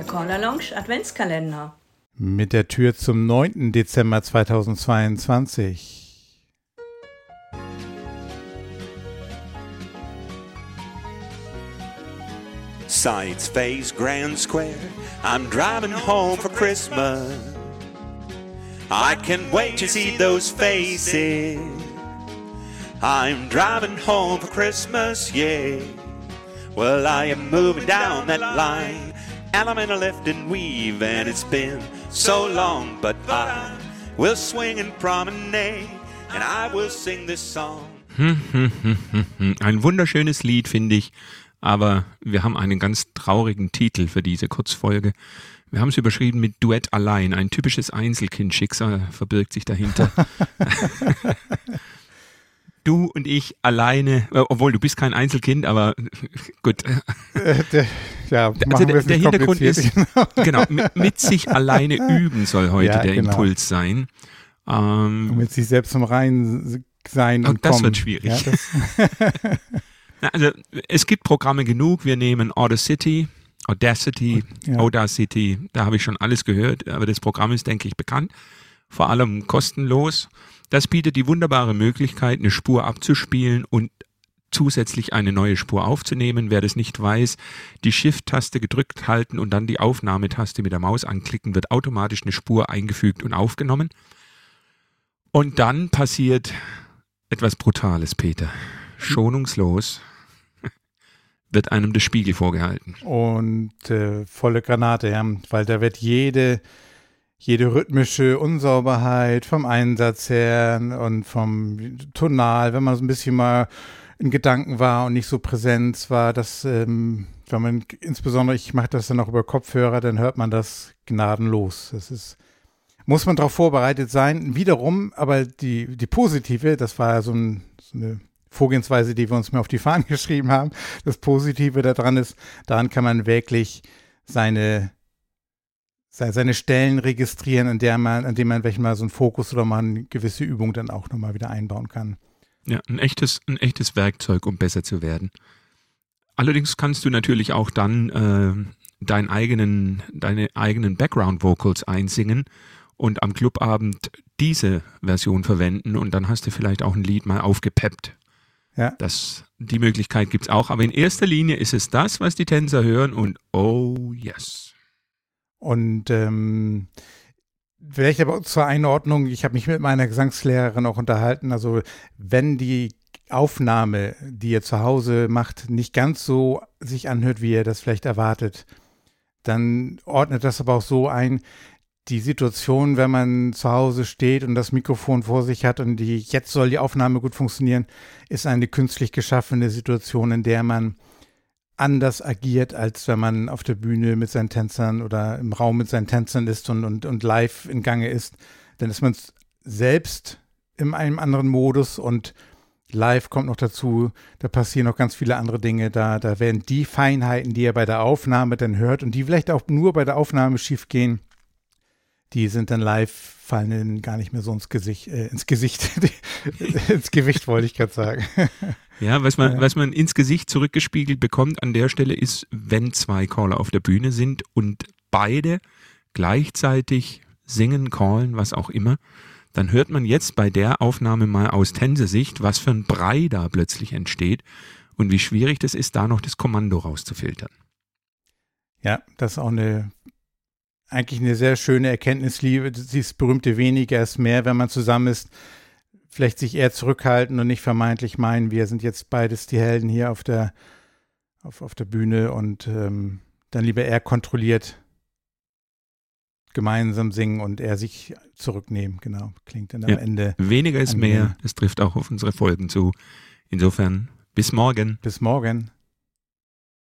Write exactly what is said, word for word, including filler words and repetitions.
Call Lounge Adventskalender. Mit der Tür zum neunten Dezember zweitausendzweiundzwanzig. Sights face Grand Square, I'm driving home for Christmas. I can't wait to see those faces. I'm driving home for Christmas, yeah. Well, I am moving down that line, and I'm in a lift and weave, and it's been so long, but I will swing and promenade, and I will sing this song. Ein wunderschönes Lied, finde ich, aber wir haben einen ganz traurigen Titel für diese Kurzfolge. Wir haben es überschrieben mit Duett allein. Ein typisches Einzelkind-Schicksal verbirgt sich dahinter. Du und ich alleine, obwohl du bist kein Einzelkind, aber gut. Äh, der, ja, also der, der Hintergrund ist, genau, mit, mit sich alleine üben soll heute ja, der genau. Impuls sein. Ähm, und mit sich selbst zum Rein sein und, und das kommen. wird schwierig. Ja, das also es gibt Programme genug, wir nehmen Audacity, Audacity, ja. Audacity, da habe ich schon alles gehört, aber das Programm ist, denke ich, bekannt, vor allem kostenlos. Das bietet die wunderbare Möglichkeit, eine Spur abzuspielen und zusätzlich eine neue Spur aufzunehmen. Wer das nicht weiß, die Shift-Taste gedrückt halten und dann die Aufnahmetaste mit der Maus anklicken, wird automatisch eine Spur eingefügt und aufgenommen. Und dann passiert etwas Brutales, Peter. Schonungslos wird einem der Spiegel vorgehalten. Und äh, volle Granate, ja, weil da wird jede, jede rhythmische Unsauberheit vom Einsatz her und vom Tonal, wenn man so ein bisschen mal in Gedanken war und nicht so präsent war, dass, ähm, wenn man, insbesondere ich mache das dann auch über Kopfhörer, dann hört man das gnadenlos. Das ist, muss man darauf vorbereitet sein. Wiederum, aber die, die positive, das war ja so, ein, so eine Vorgehensweise, die wir uns mal auf die Fahnen geschrieben haben. Das Positive daran ist, daran kann man wirklich seine, seine Stellen registrieren, an der man, an dem man vielleicht mal so einen Fokus oder mal eine gewisse Übung dann auch nochmal wieder einbauen kann. Ja, ein echtes, ein echtes Werkzeug, um besser zu werden. Allerdings kannst du natürlich auch dann äh, deinen eigenen, deine eigenen Background-Vocals einsingen und am Clubabend diese Version verwenden und dann hast du vielleicht auch ein Lied mal aufgepeppt. Ja. Das, die Möglichkeit gibt es auch, aber in erster Linie ist es das, was die Tänzer hören und oh yes. Und ähm, vielleicht aber zur Einordnung, ich habe mich mit meiner Gesangslehrerin auch unterhalten, also wenn die Aufnahme, die ihr zu Hause macht, nicht ganz so sich anhört, wie ihr das vielleicht erwartet, dann ordnet das aber auch so ein, die Situation, wenn man zu Hause steht und das Mikrofon vor sich hat und die jetzt soll die Aufnahme gut funktionieren, ist eine künstlich geschaffene Situation, in der man anders agiert, als wenn man auf der Bühne mit seinen Tänzern oder im Raum mit seinen Tänzern ist und, und, und live in Gange ist. Dann ist man selbst in einem anderen Modus und live kommt noch dazu, da passieren noch ganz viele andere Dinge, da, da werden die Feinheiten, die ihr bei der Aufnahme dann hört und die vielleicht auch nur bei der Aufnahme schief gehen, die sind dann live, fallen ihnen gar nicht mehr so ins Gesicht, äh, ins Gesicht, ins Gewicht wollte ich gerade sagen. Ja, was man, ja. was man ins Gesicht zurückgespiegelt bekommt an der Stelle ist, wenn zwei Caller auf der Bühne sind und beide gleichzeitig singen, callen, was auch immer, dann hört man jetzt bei der Aufnahme mal aus Tänzersicht, was für ein Brei da plötzlich entsteht und wie schwierig das ist, da noch das Kommando rauszufiltern. Ja, das ist auch eine eigentlich eine sehr schöne Erkenntnis, Liebe, dieses berühmte weniger ist mehr, wenn man zusammen ist, vielleicht sich eher zurückhalten und nicht vermeintlich meinen, wir sind jetzt beides die Helden hier auf der, auf, auf der Bühne und ähm, dann lieber eher kontrolliert gemeinsam singen und eher sich zurücknehmen, genau, klingt dann am ja, Ende. Weniger ist angenehm. mehr, das trifft auch auf unsere Folgen zu. Insofern, bis morgen. Bis morgen.